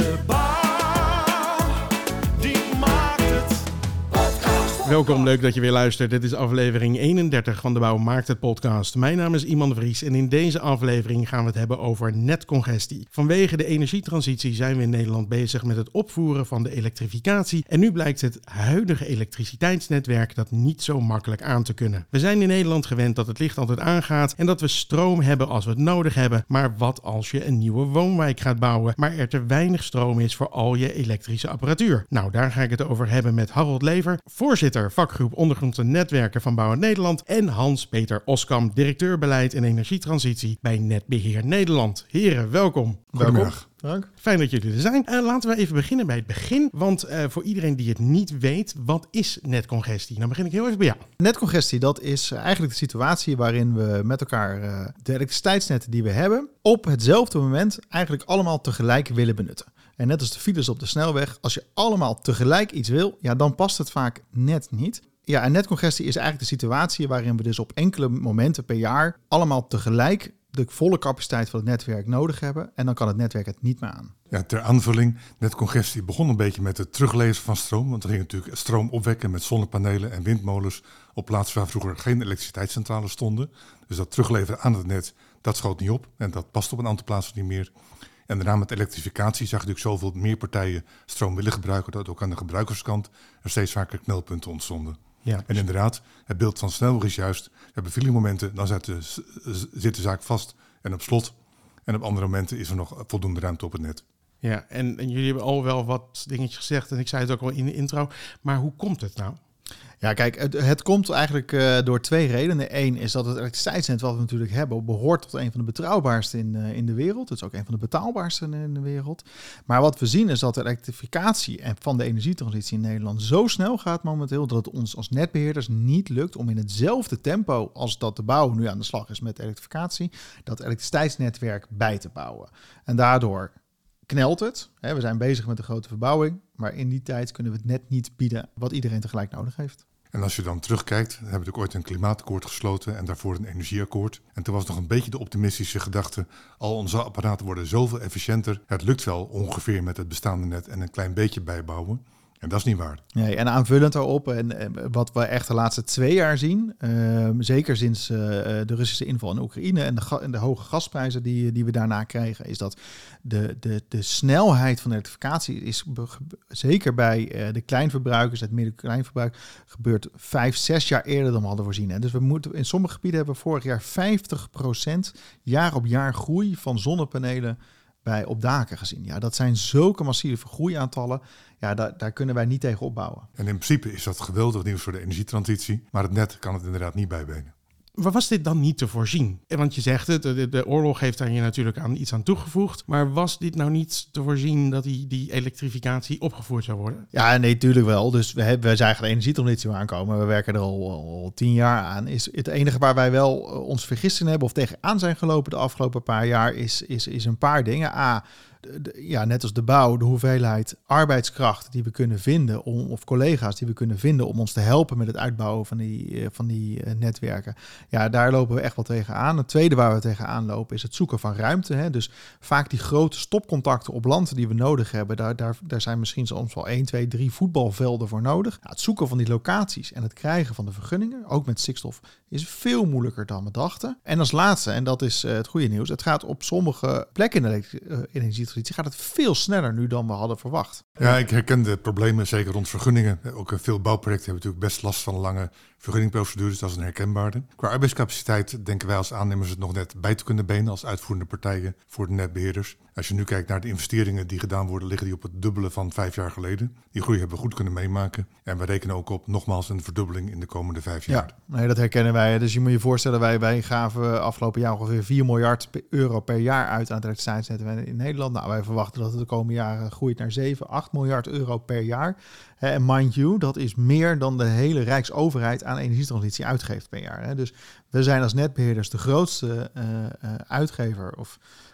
De Bouw, die maakt het podcast. Welkom, leuk dat je weer luistert. Dit is aflevering 31 van De Bouw Maakt Het podcast. Mijn naam is Iman de Vries en in deze aflevering gaan we het hebben over netcongestie. Vanwege de energietransitie zijn we in Nederland bezig met het opvoeren van de elektrificatie. En nu blijkt het huidige elektriciteitsnetwerk dat niet zo makkelijk aan te kunnen. We zijn in Nederland gewend dat het licht altijd aangaat en dat we stroom hebben als we het nodig hebben. Maar wat als je een nieuwe woonwijk gaat bouwen, maar er te weinig stroom is voor al je elektrische apparatuur? Nou, daar ga ik het over hebben met Harold Lever, voorzitter vakgroep ondergrondse netwerken van Bouwend Nederland, en Hans-Peter Oskam, directeur beleid en energietransitie bij Netbeheer Nederland. Heren, welkom. Goedemiddag. Dank. Fijn dat jullie er zijn. Laten we even beginnen bij het begin, want voor iedereen die het niet weet, wat is netcongestie? Nou begin ik heel even bij jou. Netcongestie, dat is eigenlijk de situatie waarin we met elkaar de elektriciteitsnetten die we hebben op hetzelfde moment eigenlijk allemaal tegelijk willen benutten. En net als de files op de snelweg, als je allemaal tegelijk iets wil, ja, dan past het vaak net niet. Ja, en netcongestie is eigenlijk de situatie waarin we dus op enkele momenten per jaar allemaal tegelijk de volle capaciteit van het netwerk nodig hebben. En dan kan het netwerk het niet meer aan. Ja, ter aanvulling, netcongestie begon een beetje met het terugleveren van stroom. Want er ging natuurlijk stroom opwekken met zonnepanelen en windmolens op plaatsen waar vroeger geen elektriciteitscentrales stonden. Dus dat terugleveren aan het net, dat schoot niet op. En dat past op een aantal plaatsen niet meer. En daarna met elektrificatie zag je natuurlijk zoveel meer partijen stroom willen gebruiken, dat ook aan de gebruikerskant er steeds vaker knelpunten ontstonden. Ja. En inderdaad, het beeld van snelweg is juist, we hebben viele momenten, dan zit de zaak vast en op slot. En op andere momenten is er nog voldoende ruimte op het net. Ja, en jullie hebben al wel wat dingetjes gezegd en ik zei het ook al in de intro, maar hoe komt het nou? Ja, kijk, het komt eigenlijk door twee redenen. Eén is dat het elektriciteitsnet wat we natuurlijk hebben behoort tot een van de betrouwbaarste in de wereld. Het is ook een van de betaalbaarste in de wereld. Maar wat we zien is dat de elektrificatie en van de energietransitie in Nederland zo snel gaat momenteel dat het ons als netbeheerders niet lukt om in hetzelfde tempo als dat de bouw nu aan de slag is met elektrificatie, dat elektriciteitsnetwerk bij te bouwen. En daardoor knelt het. We zijn bezig met de grote verbouwing, maar in die tijd kunnen we het net niet bieden wat iedereen tegelijk nodig heeft. En als je dan terugkijkt, dan hebben we natuurlijk ooit een klimaatakkoord gesloten en daarvoor een energieakkoord. En toen was nog een beetje de optimistische gedachte, al onze apparaten worden zoveel efficiënter. Het lukt wel ongeveer met het bestaande net en een klein beetje bijbouwen. En dat is niet waar. Nee, en aanvullend daarop, en wat we echt de laatste 2 jaar zien, zeker sinds de Russische inval in Oekraïne en de hoge gasprijzen die we daarna kregen, is dat de snelheid van de elektrificatie is zeker bij de kleinverbruikers, het midden-kleinverbruik, gebeurt 5-6 jaar eerder dan we hadden voorzien. En dus we moeten in sommige gebieden hebben we vorig jaar 50% jaar op jaar groei van zonnepanelen op daken gezien. Ja, dat zijn zulke massieve groeiaantallen. Ja, daar kunnen wij niet tegen opbouwen. En in principe is dat geweldig nieuws voor de energietransitie, maar het net kan het inderdaad niet bijbenen. Maar was dit dan niet te voorzien? Want je zegt het, de oorlog heeft daar je natuurlijk iets aan toegevoegd. Maar was dit nou niet te voorzien dat die elektrificatie opgevoerd zou worden? Ja, nee, natuurlijk wel. Dus we zagen de energietransitie aankomen. We werken er al 10 jaar aan. Is het enige waar wij wel ons vergist in hebben of tegenaan zijn gelopen de afgelopen paar jaar is een paar dingen. Net als de bouw, de hoeveelheid arbeidskracht die we kunnen vinden, of collega's die we kunnen vinden om ons te helpen met het uitbouwen van die netwerken. Ja, daar lopen we echt wel tegenaan. Het tweede waar we tegenaan lopen is het zoeken van ruimte. Hè. Dus vaak die grote stopcontacten op land die we nodig hebben, daar zijn misschien soms wel 1, 2, 3 voetbalvelden voor nodig. Nou, het zoeken van die locaties en het krijgen van de vergunningen, ook met stikstof, is veel moeilijker dan we dachten. En als laatste, en dat is het goede nieuws, het gaat op sommige plekken in de energietransitie gaat het veel sneller nu dan we hadden verwacht. Ja, ik herken de problemen, zeker rond vergunningen. Ook veel bouwprojecten hebben natuurlijk best last van lange vergunningprocedures. Dat is een herkenbare. Qua arbeidscapaciteit denken wij als aannemers het nog net bij te kunnen benen als uitvoerende partijen voor de netbeheerders. Als je nu kijkt naar de investeringen die gedaan worden, liggen die op het dubbele van 5 jaar geleden. Die groei hebben we goed kunnen meemaken. En we rekenen ook op nogmaals een verdubbeling in de komende 5 jaar. Ja, nee, dat herkennen wij. Dus je moet je voorstellen, wij gaven afgelopen jaar ongeveer 4 miljard euro per jaar uit aan het elektriciteitsnet in Nederland. Nou, wij verwachten dat het de komende jaren groeit naar 7-8 miljard euro per jaar. En mind you, dat is meer dan de hele Rijksoverheid aan energietransitie uitgeeft per jaar. Dus we zijn als netbeheerders de grootste uitgever of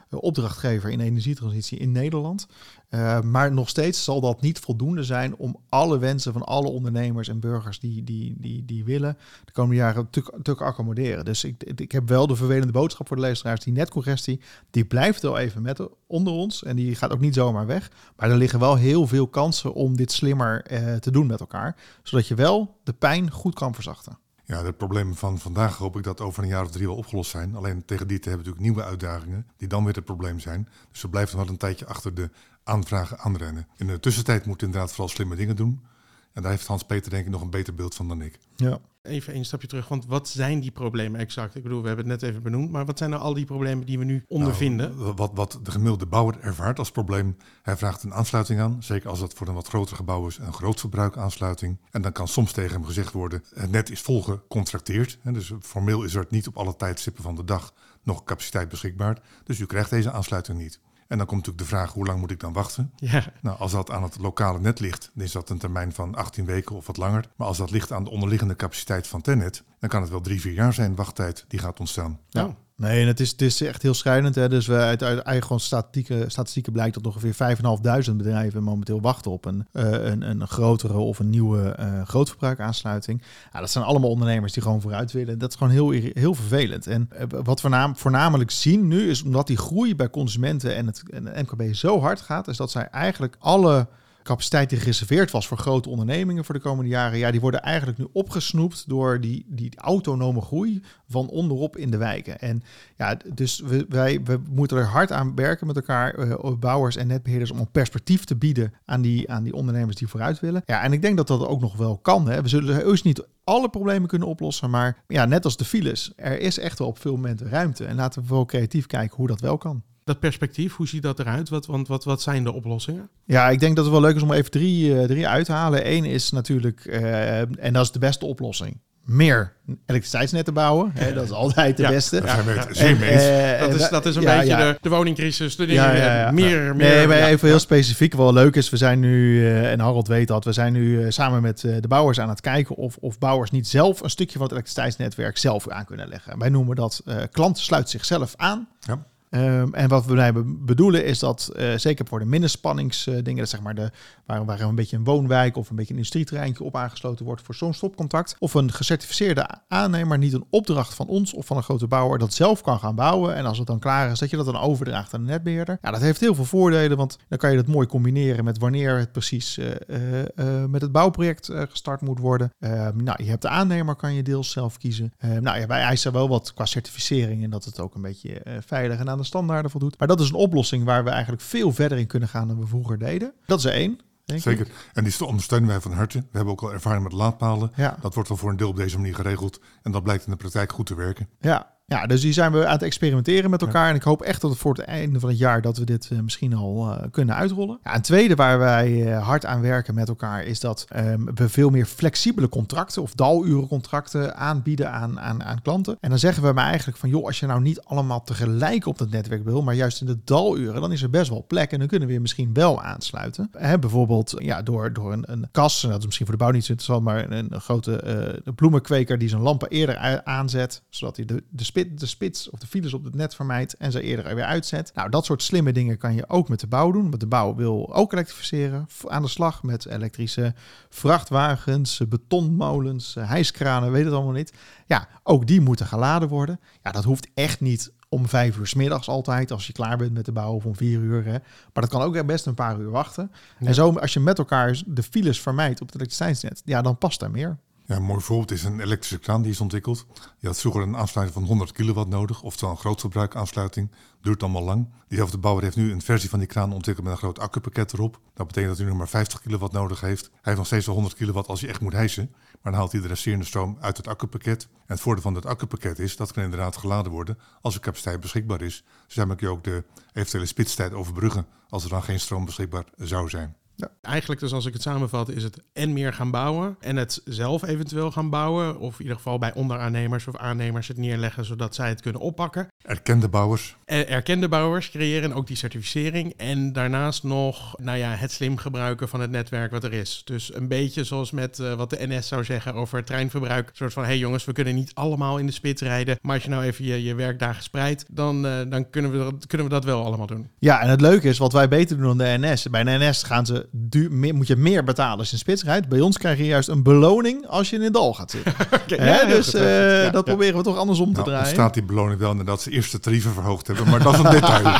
opdrachtgever in energietransitie in Nederland. Maar nog steeds zal dat niet voldoende zijn om alle wensen van alle ondernemers en burgers die willen de komende jaren te accommoderen. Dus ik heb wel de vervelende boodschap voor de luisteraars. Die netcongestie, die blijft wel even onder ons en die gaat ook niet zomaar weg. Maar er liggen wel heel veel kansen om dit slimmer te doen met elkaar, zodat je wel de pijn goed kan verzachten. Ja, de problemen van vandaag hoop ik dat over een jaar of 3 wel opgelost zijn. Alleen tegen die tijd hebben we natuurlijk nieuwe uitdagingen die dan weer het probleem zijn. Dus we blijven nog wel een tijdje achter de aanvragen aanrennen. In de tussentijd moeten we inderdaad vooral slimme dingen doen. En daar heeft Hans-Peter denk ik nog een beter beeld van dan ik. Ja. Even een stapje terug, want wat zijn die problemen exact? Ik bedoel, we hebben het net even benoemd, maar wat zijn nou al die problemen die we nu ondervinden? Nou, wat de gemiddelde bouwer ervaart als probleem, hij vraagt een aansluiting aan. Zeker als dat voor een wat groter gebouw is, een grootverbruik aansluiting. En dan kan soms tegen hem gezegd worden, het net is vol gecontracteerd. Dus formeel is er niet op alle tijdstippen van de dag nog capaciteit beschikbaar. Dus u krijgt deze aansluiting niet. En dan komt natuurlijk de vraag, hoe lang moet ik dan wachten? Ja. Nou, als dat aan het lokale net ligt, dan is dat een termijn van 18 weken of wat langer. Maar als dat ligt aan de onderliggende capaciteit van Tennet, dan kan het wel 3-4 jaar zijn wachttijd die gaat ontstaan. Nou. Nee, en het is echt heel schrijnend. Hè? Dus we uit eigen statistieken blijkt dat ongeveer 5.500 bedrijven momenteel wachten op een grotere of een nieuwe grootverbruikaansluiting. Ja, dat zijn allemaal ondernemers die gewoon vooruit willen. Dat is gewoon heel vervelend. En wat we voornamelijk zien nu is, omdat die groei bij consumenten en het MKB zo hard gaat, is dat zij eigenlijk alle capaciteit die gereserveerd was voor grote ondernemingen voor de komende jaren, ja, die worden eigenlijk nu opgesnoept door die autonome groei van onderop in de wijken. En ja, dus we moeten er hard aan werken met elkaar, bouwers en netbeheerders, om een perspectief te bieden aan die ondernemers die vooruit willen. Ja, en ik denk dat dat ook nog wel kan. Hè. We zullen heus niet alle problemen kunnen oplossen, maar ja, net als de files, er is echt wel op veel momenten ruimte. En laten we wel creatief kijken hoe dat wel kan. Dat perspectief, hoe ziet dat eruit? Wat zijn de oplossingen? Ja, ik denk dat het wel leuk is om even drie uit te halen. Eén is natuurlijk, en dat is de beste oplossing, meer elektriciteitsnetten bouwen. Hè, dat is altijd de beste. Daar zijn we het zeer mee eens. Dat is een beetje de woningcrisis, de dingen. Meer. Nee, maar even heel specifiek. Wel leuk is, we zijn nu, en Harold weet dat, we zijn nu samen met de bouwers aan het kijken of bouwers niet zelf een stukje van het elektriciteitsnetwerk zelf aan kunnen leggen. Wij noemen dat klant sluit zichzelf aan. Ja. En wat we bedoelen is dat, zeker voor de middenspanningsdingen, dat zeg maar waar een beetje een woonwijk of een beetje een industrieterreintje op aangesloten wordt voor zo'n stopcontact, of een gecertificeerde aannemer niet een opdracht van ons of van een grote bouwer dat zelf kan gaan bouwen. En als het dan klaar is, dat je dat dan overdraagt aan de netbeheerder. Ja, dat heeft heel veel voordelen, want dan kan je dat mooi combineren met wanneer het precies met het bouwproject gestart moet worden. Nou, je hebt de aannemer, kan je deels zelf kiezen. Nou ja, wij eisen wel wat qua certificering en dat het ook een beetje veilig en aan de standaarden voldoet. Maar dat is een oplossing waar we eigenlijk veel verder in kunnen gaan dan we vroeger deden. Dat is er één. Zeker. En die ondersteunen wij van harte. We hebben ook al ervaring met laadpalen. Ja. Dat wordt wel voor een deel op deze manier geregeld. En dat blijkt in de praktijk goed te werken. Ja, dus die zijn we aan het experimenteren met elkaar. Ja. En ik hoop echt dat het voor het einde van het jaar dat we dit misschien al kunnen uitrollen. Ja, een tweede waar wij hard aan werken met elkaar is dat we veel meer flexibele contracten of dalurencontracten aanbieden aan klanten. En dan zeggen we maar eigenlijk van, joh, als je nou niet allemaal tegelijk op dat netwerk wil, maar juist in de daluren, dan is er best wel plek en dan kunnen we je misschien wel aansluiten. Bijvoorbeeld door een kas, en dat is misschien voor de bouw niet zo interessant, maar een grote bloemenkweker die zijn lampen eerder aanzet, zodat hij de spits of de files op het net vermijdt en ze eerder weer uitzet. Nou, dat soort slimme dingen kan je ook met de bouw doen. Want de bouw wil ook elektrificeren. Aan de slag met elektrische vrachtwagens, betonmolens, hijskranen, weet het allemaal niet. Ja, ook die moeten geladen worden. Ja, dat hoeft echt niet om 5 uur 's middags altijd, als je klaar bent met de bouw, of om 4 uur. Hè. Maar dat kan ook best een paar uur wachten. Ja. En zo, als je met elkaar de files vermijdt op het elektriciteitsnet, ja, dan past daar meer. Ja, een mooi voorbeeld is een elektrische kraan die is ontwikkeld. Die had vroeger een aansluiting van 100 kilowatt nodig, oftewel een grootverbruikaansluiting. Duurt allemaal lang. Diezelfde bouwer heeft nu een versie van die kraan ontwikkeld met een groot accupakket erop. Dat betekent dat hij nog maar 50 kilowatt nodig heeft. Hij heeft nog steeds wel 100 kilowatt als hij echt moet hijsen. Maar dan haalt hij de resterende stroom uit het accupakket. En het voordeel van dat accupakket is, dat kan inderdaad geladen worden als de capaciteit beschikbaar is. Dus daarmee kun je ook de eventuele spitstijd overbruggen als er dan geen stroom beschikbaar zou zijn. Ja. Eigenlijk dus als ik het samenvat is het en meer gaan bouwen en het zelf eventueel gaan bouwen. Of in ieder geval bij onderaannemers of aannemers het neerleggen zodat zij het kunnen oppakken. Erkende bouwers. Erkende bouwers creëren ook die certificering. En daarnaast nog het slim gebruiken van het netwerk wat er is. Dus een beetje zoals met wat de NS zou zeggen over het treinverbruik. Een soort van, hey jongens, we kunnen niet allemaal in de spits rijden. Maar als je nou even je werkdagen spreidt, dan kunnen we dat wel allemaal doen. Ja, en het leuke is wat wij beter doen dan de NS. Bij de NS moet je meer betalen als je in spits rijdt. Bij ons krijg je juist een beloning als je in het dal gaat zitten. Dat proberen we toch andersom te draaien. Dan staat die beloning wel nadat ze eerst de tarieven verhoogd hebben. Maar dat is een detail.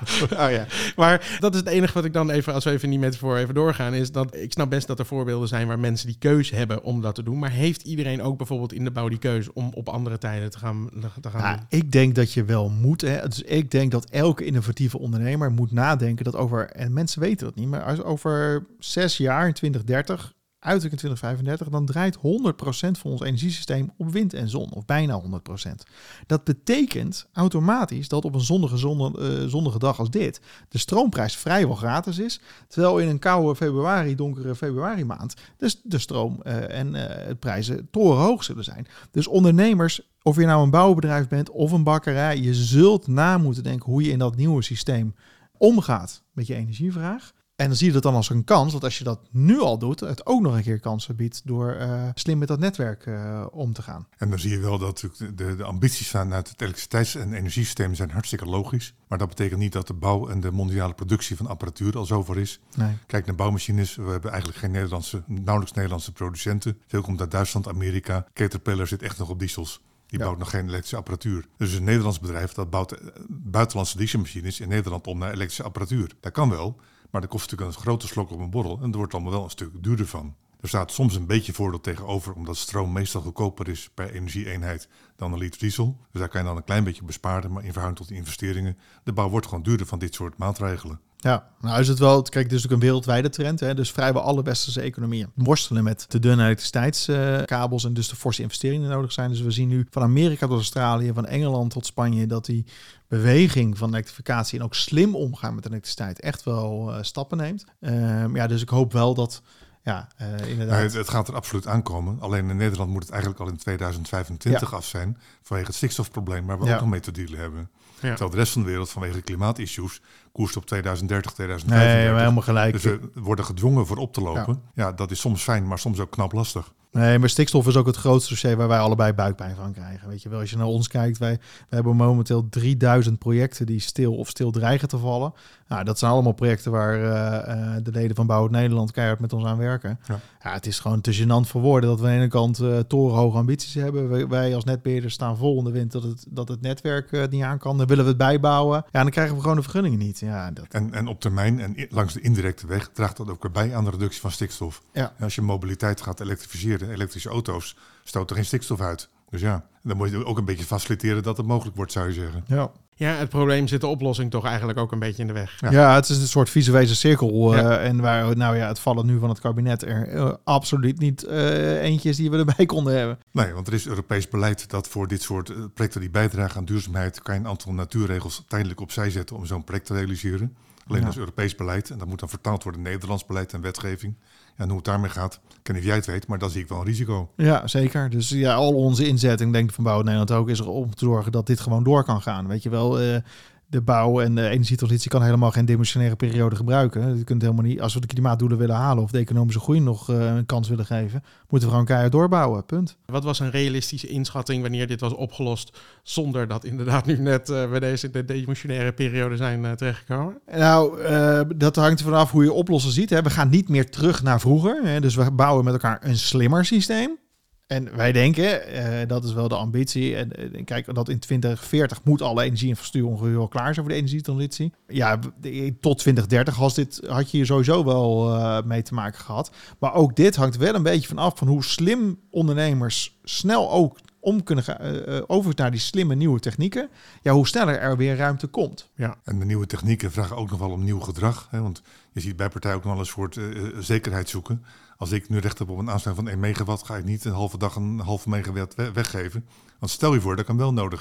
Maar dat is het enige wat ik dan even, als we even die metafoor even doorgaan, is dat ik snap best dat er voorbeelden zijn waar mensen die keuze hebben om dat te doen. Maar heeft iedereen ook bijvoorbeeld in de bouw die keuze om op andere tijden te gaan doen? Ik denk dat je wel moet. Hè. Dus ik denk dat elke innovatieve ondernemer moet nadenken dat en mensen weten dat niet, maar als over 6 jaar, in 2030, uiterlijk in 2035, dan draait 100% van ons energiesysteem op wind en zon. Of bijna 100%. Dat betekent automatisch dat op een zonnige dag als dit de stroomprijs vrijwel gratis is. Terwijl in een koude donkere februari maand de stroom en prijzen torenhoog zullen zijn. Dus ondernemers, of je nou een bouwbedrijf bent of een bakkerij, je zult na moeten denken hoe je in dat nieuwe systeem omgaat met je energievraag. En dan zie je dat dan als een kans, dat als je dat nu al doet, het ook nog een keer kansen biedt door slim met dat netwerk om te gaan. En dan zie je wel dat de ambities vanuit het elektriciteits- en energiesysteem zijn hartstikke logisch. Maar dat betekent niet dat de bouw en de mondiale productie van apparatuur al zover is. Nee. Kijk naar bouwmachines. We hebben eigenlijk nauwelijks Nederlandse producenten. Veel komt uit Duitsland, Amerika. Caterpillar zit echt nog op diesels. Die bouwt nog geen elektrische apparatuur. Dus een Nederlands bedrijf dat bouwt buitenlandse dieselmachines in Nederland om naar elektrische apparatuur. Dat kan wel. Maar dat kost natuurlijk een grote slok op een borrel en er wordt allemaal wel een stuk duurder van. Er staat soms een beetje voordeel tegenover, omdat stroom meestal goedkoper is per energieeenheid dan een liter diesel. Dus daar kan je dan een klein beetje besparen, maar in verhouding tot de investeringen, de bouw wordt gewoon duurder van dit soort maatregelen. Ja, nou is het wel, kijk, dit is natuurlijk een wereldwijde trend. Hè? Dus vrijwel alle westerse economieën worstelen met te dunne elektriciteitskabels en dus de forse investeringen die nodig zijn. Dus we zien nu van Amerika tot Australië, van Engeland tot Spanje, dat die beweging van elektrificatie en ook slim omgaan met elektriciteit echt wel stappen neemt. Dus ik hoop wel dat inderdaad. Het gaat er absoluut aankomen. Alleen in Nederland moet het eigenlijk al in 2025 af zijn vanwege het stikstofprobleem waar we ook nog mee te dealen hebben. Ja. Terwijl de rest van de wereld vanwege klimaatissues koerst op 2030, 2035. Nee, helemaal gelijk. Dus we worden gedwongen voor op te lopen. Ja, dat is soms fijn, maar soms ook knap lastig. Nee, maar stikstof is ook het grootste dossier waar wij allebei buikpijn van krijgen. Weet je wel, als je naar ons kijkt, wij hebben momenteel 3000 projecten die stil dreigen te vallen. Nou, dat zijn allemaal projecten waar de leden van Bouw het Nederland keihard met ons aan werken. Ja, het is gewoon te gênant voor woorden dat we aan de ene kant torenhoge ambities hebben. Wij als netbeheerders staan vol in de wind dat het netwerk niet aan kan. Dan willen we het bijbouwen. Ja, dan krijgen we gewoon de vergunningen niet. Ja, En op termijn en langs de indirecte weg draagt dat ook weer bij aan de reductie van stikstof. Ja. Als je mobiliteit gaat elektrificeren, elektrische auto's stoten geen stikstof uit. Dus ja, dan moet je ook een beetje faciliteren dat het mogelijk wordt, zou je zeggen. Ja, het probleem zit de oplossing toch eigenlijk ook een beetje in de weg. Ja, het is een soort visuele cirkel. En waar het vallen nu van het kabinet er absoluut niet eentje is die we erbij konden hebben. Nee, want er is Europees beleid dat voor dit soort projecten die bijdragen aan duurzaamheid kan je een aantal natuurregels tijdelijk opzij zetten om zo'n project te realiseren. Alleen dat is Europees beleid en dat moet dan vertaald worden in Nederlands beleid en wetgeving. En hoe het daarmee gaat, ik weet niet of jij het weet, maar dat zie ik wel een risico. Ja, zeker. Dus ja, al onze inzet, en denk ik van Bouw Nederland ook, is er om te zorgen dat dit gewoon door kan gaan. Weet je wel, de bouw en de energietransitie kan helemaal geen dimensionaire periode gebruiken. Je kunt helemaal niet, als we de klimaatdoelen willen halen of de economische groei nog een kans willen geven, moeten we gewoon keihard doorbouwen, punt. Wat was een realistische inschatting wanneer dit was opgelost zonder dat inderdaad nu net bij deze demissionaire periode zijn terechtgekomen? Nou, dat hangt er vanaf hoe je oplossen ziet. Hè. We gaan niet meer terug naar vroeger. Hè. Dus we bouwen met elkaar een slimmer systeem. En wij denken, dat is wel de ambitie. En kijk, dat in 2040 moet alle energieinfrastructuur ongeveer wel klaar zijn voor de energietransitie. Ja, tot 2030 had je hier sowieso wel mee te maken gehad. Maar ook dit hangt wel een beetje vanaf van hoe slim ondernemers snel ook om kunnen gaan over naar die slimme nieuwe technieken. Ja, hoe sneller er weer ruimte komt. Ja. En de nieuwe technieken vragen ook nog wel om nieuw gedrag. Hè? Want je ziet bij partijen ook nog wel een soort zekerheid zoeken. Als ik nu recht heb op een aansluiting van 1 megawatt, ga ik niet een halve dag een halve megawatt weggeven. Want stel je voor dat ik hem wel nodig heb.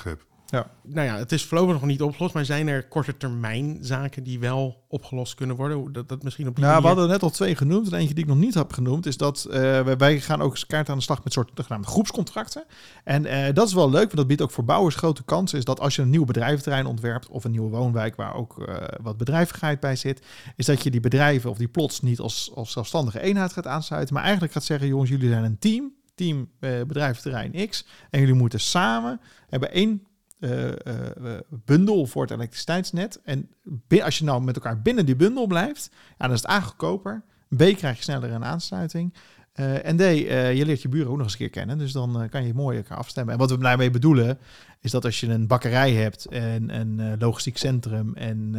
Ja. Nou ja, het is voorlopig nog niet opgelost, maar zijn er korte termijn zaken die wel opgelost kunnen worden? Dat misschien op die Nou, we manier... hadden er net al 2 genoemd. En eentje die ik nog niet heb genoemd is dat wij gaan ook eens kaart aan de slag met soort genaamde groepscontracten. En dat is wel leuk, want dat biedt ook voor bouwers grote kansen. Is dat als je een nieuw bedrijventerrein ontwerpt of een nieuwe woonwijk waar ook wat bedrijvigheid bij zit, is dat je die bedrijven of die plots niet als zelfstandige eenheid gaat aansluiten, maar eigenlijk gaat zeggen, jongens, jullie zijn een team bedrijventerrein X en jullie moeten samen hebben één bundel voor het elektriciteitsnet. En als je nou met elkaar binnen die bundel blijft, ja, dan is het A goedkoper. B krijg je sneller een aansluiting. En D, je leert je buren ook nog eens een keer kennen. Dus dan kan je mooi elkaar afstemmen. En wat we daarmee bedoelen, is dat als je een bakkerij hebt en een logistiek centrum en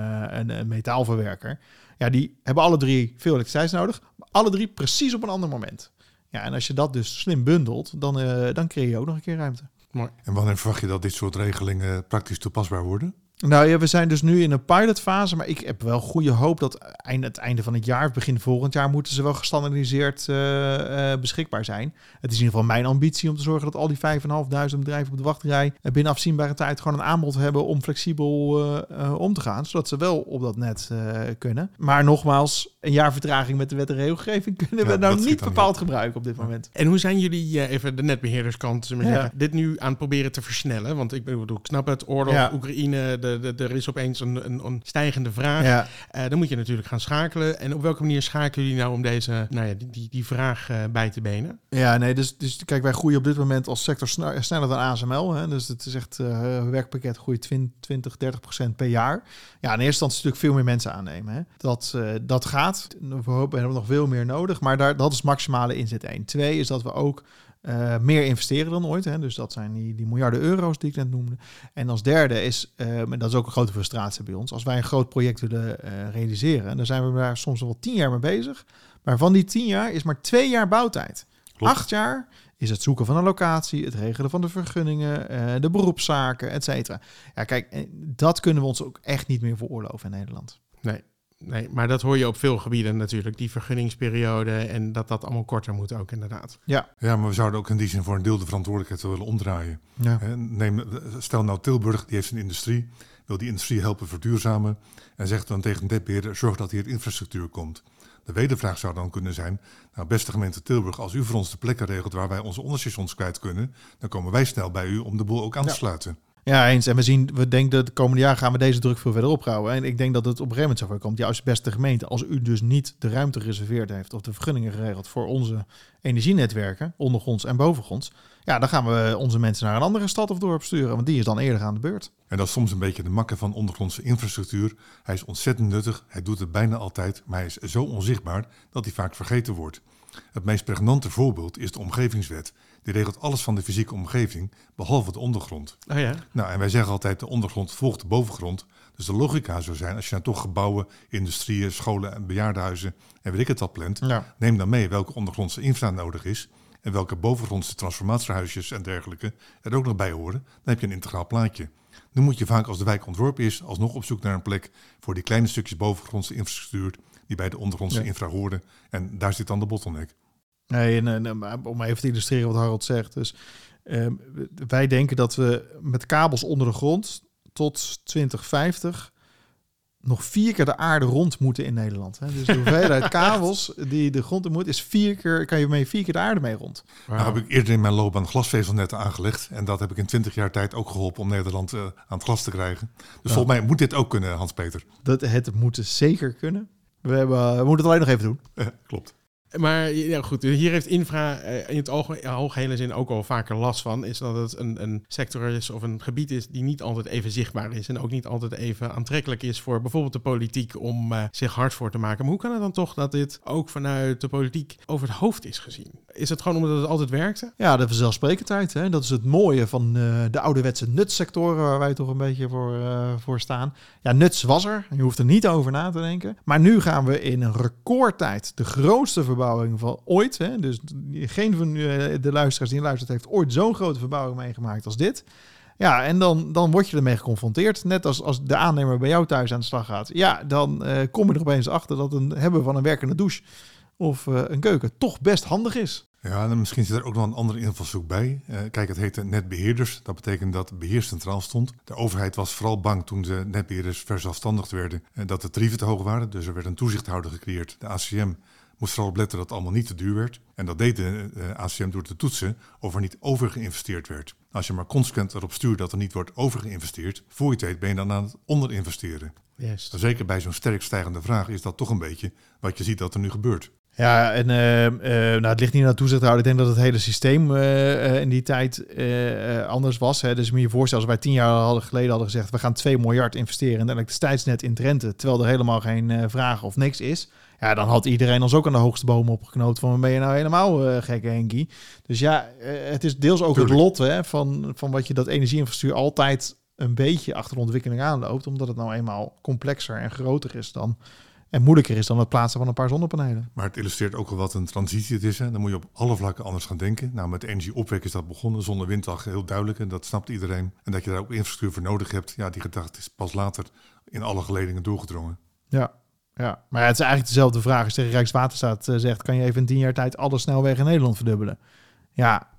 een metaalverwerker, ja, die hebben alle 3 veel elektriciteit nodig. Maar alle 3 precies op een ander moment. Ja, en als je dat dus slim bundelt, dan creëer je ook nog een keer ruimte. Mooi. En wanneer verwacht je dat dit soort regelingen praktisch toepasbaar worden? Nou ja, we zijn dus nu in een pilotfase, maar ik heb wel goede hoop dat het einde van het jaar, begin volgend jaar, moeten ze wel gestandaardiseerd beschikbaar zijn. Het is in ieder geval mijn ambitie om te zorgen dat al die 5.500 bedrijven op de wachtrij binnen afzienbare tijd gewoon een aanbod hebben om flexibel om te gaan, zodat ze wel op dat net kunnen. Maar nogmaals, een jaar vertraging met de wet en regelgeving kunnen we nou niet bepaald gebruiken op dit moment. En hoe zijn jullie, even de netbeheerderskant, zullen we zeggen, Ja. dit nu aan het proberen te versnellen? Want ik bedoel, ik snap het, oorlog, Ja. Oekraïne, er is opeens een stijgende vraag. Ja. Dan moet je natuurlijk gaan schakelen. En op welke manier schakelen jullie nou om deze, die vraag bij te benen? Ja, nee, dus kijk, wij groeien op dit moment als sector sneller dan ASML. Hè? Dus het is echt, werkpakket groeit 20-30% per jaar. Ja, in eerste instantie natuurlijk veel meer mensen aannemen. Hè? Dat gaat. We hebben nog veel meer nodig, maar dat is maximale inzet 1. 2 is dat we ook meer investeren dan ooit. Hè? Dus dat zijn die miljarden euro's die ik net noemde. En als derde is, en dat is ook een grote frustratie bij ons, als wij een groot project willen realiseren, dan zijn we daar soms wel 10 jaar mee bezig. Maar van die 10 jaar is maar 2 jaar bouwtijd. Klopt. 8 jaar is het zoeken van een locatie, het regelen van de vergunningen, de beroepszaken, et cetera. Ja, kijk, dat kunnen we ons ook echt niet meer veroorloven in Nederland. Nee, maar dat hoor je op veel gebieden natuurlijk. Die vergunningsperiode en dat allemaal korter moet ook inderdaad. Ja. Ja, maar we zouden ook in die zin voor een deel de verantwoordelijkheid willen omdraaien. Ja. Stel nou Tilburg, die heeft een industrie, wil die industrie helpen verduurzamen en zegt dan tegen de netbeheerder, zorg dat hier infrastructuur komt. De wedervraag zou dan kunnen zijn, nou beste gemeente Tilburg, als u voor ons de plekken regelt waar wij onze onderstations kwijt kunnen, dan komen wij snel bij u om de boel ook aan te sluiten. Ja, eens. En we denken dat de komende jaar gaan we deze druk veel verder ophouden. En ik denk dat het op een gegeven moment zo ver komt. Ja, als beste gemeente, als u dus niet de ruimte gereserveerd heeft of de vergunningen geregeld voor onze energienetwerken, ondergronds en bovengronds, ja, dan gaan we onze mensen naar een andere stad of dorp sturen, want die is dan eerder aan de beurt. En dat is soms een beetje de makke van ondergrondse infrastructuur. Hij is ontzettend nuttig, hij doet het bijna altijd, maar hij is zo onzichtbaar dat hij vaak vergeten wordt. Het meest pregnante voorbeeld is de omgevingswet. Die regelt alles van de fysieke omgeving, behalve de ondergrond. Oh ja? Nou, en wij zeggen altijd, de ondergrond volgt de bovengrond. Dus de logica zou zijn, als je dan toch gebouwen, industrieën, scholen en bejaardenhuizen en weet ik het al plant, Ja. neem dan mee welke ondergrondse infra nodig is en welke bovengrondse transformatiehuisjes en dergelijke er ook nog bij horen. Dan heb je een integraal plaatje. Nu moet je vaak, als de wijk ontworpen is, alsnog op zoek naar een plek voor die kleine stukjes bovengrondse infrastructuur die bij de ondergrondse infra horen. En daar zit dan de bottleneck. Nee, en om even te illustreren wat Harold zegt. Dus wij denken dat we met kabels onder de grond tot 2050 nog 4 keer de aarde rond moeten in Nederland. Hè? Dus de hoeveelheid kabels die de grond in moet, is 4 keer de aarde mee rond. Nou heb ik eerder in mijn loopbaan glasvezelnetten aangelegd. En dat heb ik in 20 jaar tijd ook geholpen om Nederland aan het glas te krijgen. Dus volgens mij moet dit ook kunnen, Hans-Peter. Het moet zeker kunnen. We moeten het alleen nog even doen. Klopt. Maar ja, goed, hier heeft infra in het algehele zin ook al vaker last van. Is dat het een sector is of een gebied is die niet altijd even zichtbaar is. En ook niet altijd even aantrekkelijk is voor bijvoorbeeld de politiek om zich hard voor te maken. Maar hoe kan het dan toch dat dit ook vanuit de politiek over het hoofd is gezien? Is het gewoon omdat het altijd werkte? Ja, de vanzelfsprekendheid. Hè? Dat is het mooie van de ouderwetse nutssectoren waar wij toch een beetje voor staan. Ja, nuts was er. Je hoeft er niet over na te denken. Maar nu gaan we in een recordtijd de grootste verbouwing van ooit. Hè? Dus geen van de luisteraars die luistert heeft ooit zo'n grote verbouwing meegemaakt als dit. Ja, en dan word je ermee geconfronteerd. Net als de aannemer bij jou thuis aan de slag gaat. Ja, dan kom je er opeens achter dat een hebben van een werkende douche of een keuken toch best handig is. Ja, en misschien zit er ook nog een andere invalshoek bij. Kijk, het heette netbeheerders. Dat betekent dat beheer centraal stond. De overheid was vooral bang toen de netbeheerders verzelfstandigd werden dat de tarieven te hoog waren. Dus er werd een toezichthouder gecreëerd. De ACM moest vooral opletten dat het allemaal niet te duur werd. En dat deed de ACM door te toetsen of er niet overgeïnvesteerd werd. Als je maar consequent erop stuurt dat er niet wordt overgeïnvesteerd, voor je het weet ben je dan aan het onderinvesteren. Yes. Zeker bij zo'n sterk stijgende vraag is dat toch een beetje wat je ziet dat er nu gebeurt. Ja, en het ligt niet aan de toezichthouder. Ik denk dat het hele systeem in die tijd anders was. Hè. Dus je moet je voorstellen, als wij 10 jaar geleden hadden gezegd, we gaan 2 miljard investeren in het elektriciteitsnet in Drenthe, terwijl er helemaal geen vraag of niks is. Ja, dan had iedereen ons ook aan de hoogste boom opgeknoopt van, ben je nou helemaal gek, Henkie? Dus ja, het is deels ook het lot van wat je dat energieinfrastructuur altijd een beetje achter de ontwikkeling aanloopt, omdat het nou eenmaal complexer en groter is dan en moeilijker is dan het plaatsen van een paar zonnepanelen. Maar het illustreert ook wel wat een transitie het is. Hè. Dan moet je op alle vlakken anders gaan denken. Nou, met energieopwek is dat begonnen. Zonder winddag heel duidelijk en dat snapt iedereen. En dat je daar ook infrastructuur voor nodig hebt. Ja, die gedachte is pas later in alle geledingen doorgedrongen. Ja. Maar het is eigenlijk dezelfde vraag. Als tegen Rijkswaterstaat zegt, kan je even in 10 jaar tijd alle snelwegen in Nederland verdubbelen? Ja,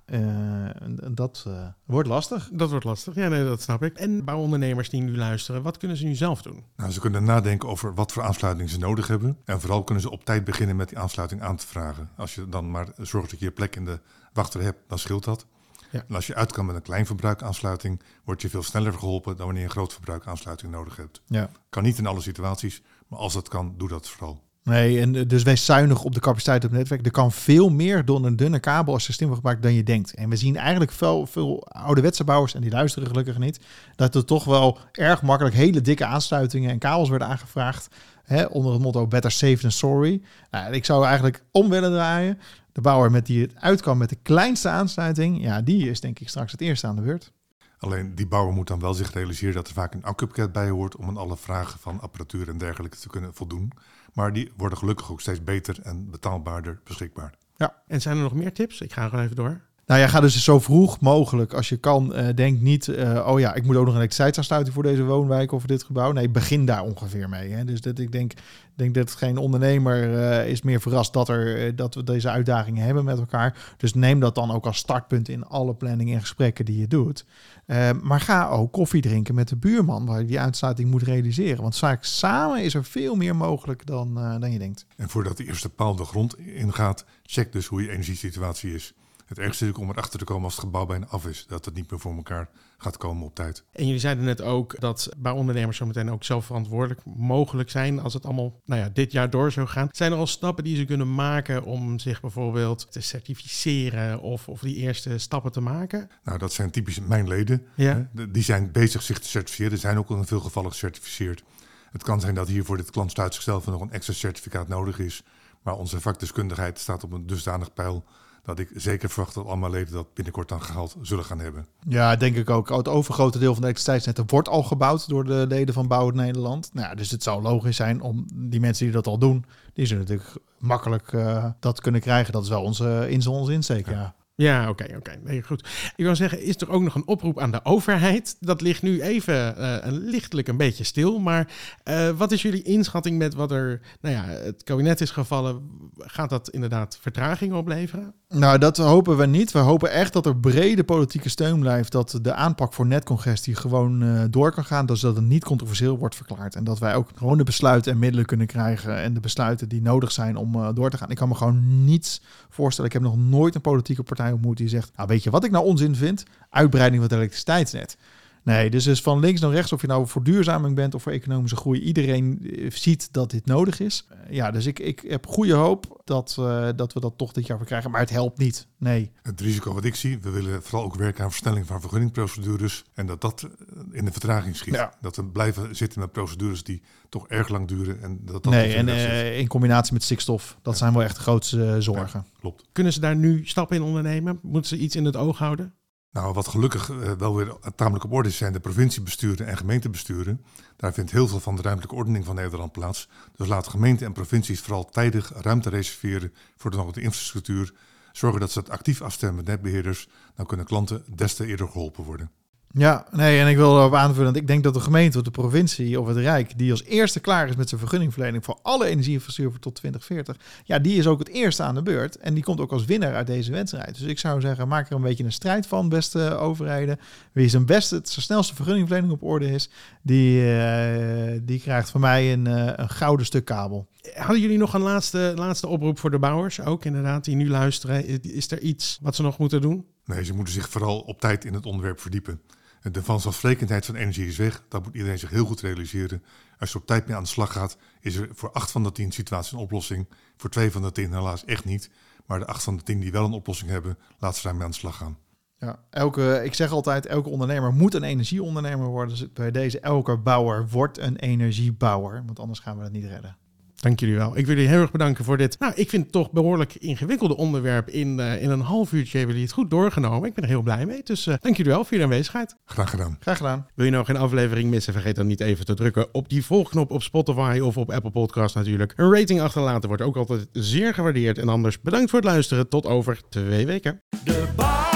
dat wordt lastig. Dat wordt lastig, ja, nee, dat snap ik. En bouwondernemers die nu luisteren, wat kunnen ze nu zelf doen? Nou, ze kunnen nadenken over wat voor aansluiting ze nodig hebben. En vooral kunnen ze op tijd beginnen met die aansluiting aan te vragen. Als je dan maar zorgt dat je plek in de wachtrij hebt, dan scheelt dat. Ja. En als je uit kan met een klein verbruikaansluiting, word je veel sneller geholpen dan wanneer je een groot verbruikaansluiting nodig hebt. Ja. Kan niet in alle situaties, maar als dat kan, doe dat vooral. Nee, en dus wees zuinig op de capaciteit op het netwerk. Er kan veel meer door een dunne kabel als systeem gebruikt dan je denkt. En we zien eigenlijk veel ouderwetse bouwers, en die luisteren gelukkig niet, dat er toch wel erg makkelijk hele dikke aansluitingen en kabels werden aangevraagd. Onder het motto better safe than sorry. Nou, ik zou eigenlijk om willen draaien. De bouwer met die het uit kan met de kleinste aansluiting, ja, die is denk ik straks het eerste aan de beurt. Alleen die bouwer moet dan wel zich realiseren dat er vaak een accupakket bij hoort om aan alle vragen van apparatuur en dergelijke te kunnen voldoen. Maar die worden gelukkig ook steeds beter en betaalbaarder beschikbaar. Ja. En zijn er nog meer tips? Ik ga gewoon even door. Nou ja, ga dus zo vroeg mogelijk als je kan. Denk niet, ik moet ook nog een elektriciteitsaansluiting voor deze woonwijk of voor dit gebouw. Nee, begin daar ongeveer mee. Hè. Dus ik denk dat geen ondernemer is meer verrast dat we deze uitdagingen hebben met elkaar. Dus neem dat dan ook als startpunt in alle planning en gesprekken die je doet. Maar ga ook koffie drinken met de buurman waar je die uitsluiting moet realiseren. Want vaak samen is er veel meer mogelijk dan je denkt. En voordat de eerste paal de grond ingaat, check dus hoe je energiesituatie is. Het ergste is om erachter te komen als het gebouw bijna af is. Dat het niet meer voor elkaar gaat komen op tijd. En jullie zeiden net ook dat bouwondernemers zometeen ook zelf verantwoordelijk mogelijk zijn als het allemaal dit jaar door zou gaan. Zijn er al stappen die ze kunnen maken om zich bijvoorbeeld te certificeren of die eerste stappen te maken? Nou, dat zijn typisch mijn leden. Ja. Die zijn bezig zich te certificeren. Zijn ook al in veel gevallen gecertificeerd. Het kan zijn dat hier voor dit klantsluitingsgestel nog een extra certificaat nodig is. Maar onze vakdeskundigheid staat op een dusdanig peil dat ik zeker verwacht dat allemaal leden dat binnenkort dan gehaald zullen gaan hebben. Ja, denk ik ook. Het overgrote deel van de elektriciteitsnetten wordt al gebouwd door de leden van Bouwen Nederland. Nou ja, dus het zou logisch zijn om die mensen die dat al doen, die zullen natuurlijk makkelijk dat kunnen krijgen. Dat is wel onze insteek, ja. Ja, oké. Nee, goed. Ik wil zeggen, is er ook nog een oproep aan de overheid? Dat ligt nu even lichtelijk een beetje stil. Maar wat is jullie inschatting met wat er het kabinet is gevallen? Gaat dat inderdaad vertraging opleveren? Nou, dat hopen we niet. We hopen echt dat er brede politieke steun blijft. Dat de aanpak voor netcongestie gewoon door kan gaan. Dus dat het niet controversieel wordt verklaard. En dat wij ook gewoon de besluiten en middelen kunnen krijgen. En de besluiten die nodig zijn om door te gaan. Ik kan me gewoon niets voorstellen. Ik heb nog nooit een politieke partij ontmoet die zegt, nou, weet je wat ik nou onzin vind? Uitbreiding van het elektriciteitsnet. Nee, dus van links naar rechts, of je nou voor duurzaming bent of voor economische groei, iedereen ziet dat dit nodig is. Dus ik heb goede hoop dat we dat toch dit jaar verkrijgen, maar het helpt niet. Nee. Het risico wat ik zie, we willen vooral ook werken aan versnelling van vergunningprocedures en dat in de vertraging schiet. Ja. Dat we blijven zitten met procedures die toch erg lang duren. En in combinatie met stikstof, dat zijn wel echt de grootste zorgen. Ja, klopt. Kunnen ze daar nu stappen in ondernemen? Moeten ze iets in het oog houden? Nou, wat gelukkig wel weer tamelijk op orde is, zijn de provinciebesturen en gemeentebesturen. Daar vindt heel veel van de ruimtelijke ordening van Nederland plaats. Dus laten gemeenten en provincies vooral tijdig ruimte reserveren voor de infrastructuur. Zorgen dat ze het actief afstemmen met netbeheerders. Dan kunnen klanten des te eerder geholpen worden. Ja, nee, en ik wil erop aanvullen, want ik denk dat de gemeente of de provincie of het Rijk, die als eerste klaar is met zijn vergunningverlening voor alle energieinfrastructuur tot 2040, ja, die is ook het eerste aan de beurt en die komt ook als winnaar uit deze wedstrijd. Dus ik zou zeggen, maak er een beetje een strijd van, beste overheden. Wie zijn beste, zijn snelste vergunningverlening op orde is, die krijgt van mij een gouden stuk kabel. Hadden jullie nog een laatste oproep voor de bouwers ook inderdaad, die nu luisteren? Is er iets wat ze nog moeten doen? Nee, ze moeten zich vooral op tijd in het onderwerp verdiepen. De vanzelfsprekendheid van energie is weg. Dat moet iedereen zich heel goed realiseren. Als je op tijd mee aan de slag gaat, is er voor 8 van de 10 situaties een oplossing. Voor 2 van de 10 helaas echt niet. Maar de 8 van de 10 die wel een oplossing hebben, laten ze daarmee aan de slag gaan. Ja, ik zeg altijd, elke ondernemer moet een energieondernemer worden. Dus bij deze, elke bouwer wordt een energiebouwer. Want anders gaan we het niet redden. Dank jullie wel. Ik wil jullie heel erg bedanken voor dit. Nou, ik vind het toch behoorlijk ingewikkelde onderwerp. In een half uurtje hebben jullie het goed doorgenomen. Ik ben er heel blij mee. Dus dank jullie wel voor jullie aanwezigheid. Graag gedaan. Graag gedaan. Wil je nou geen aflevering missen? Vergeet dan niet even te drukken op die volgknop op Spotify of op Apple Podcasts natuurlijk. Een rating achterlaten wordt ook altijd zeer gewaardeerd. En anders bedankt voor het luisteren. Tot over 2 weken. De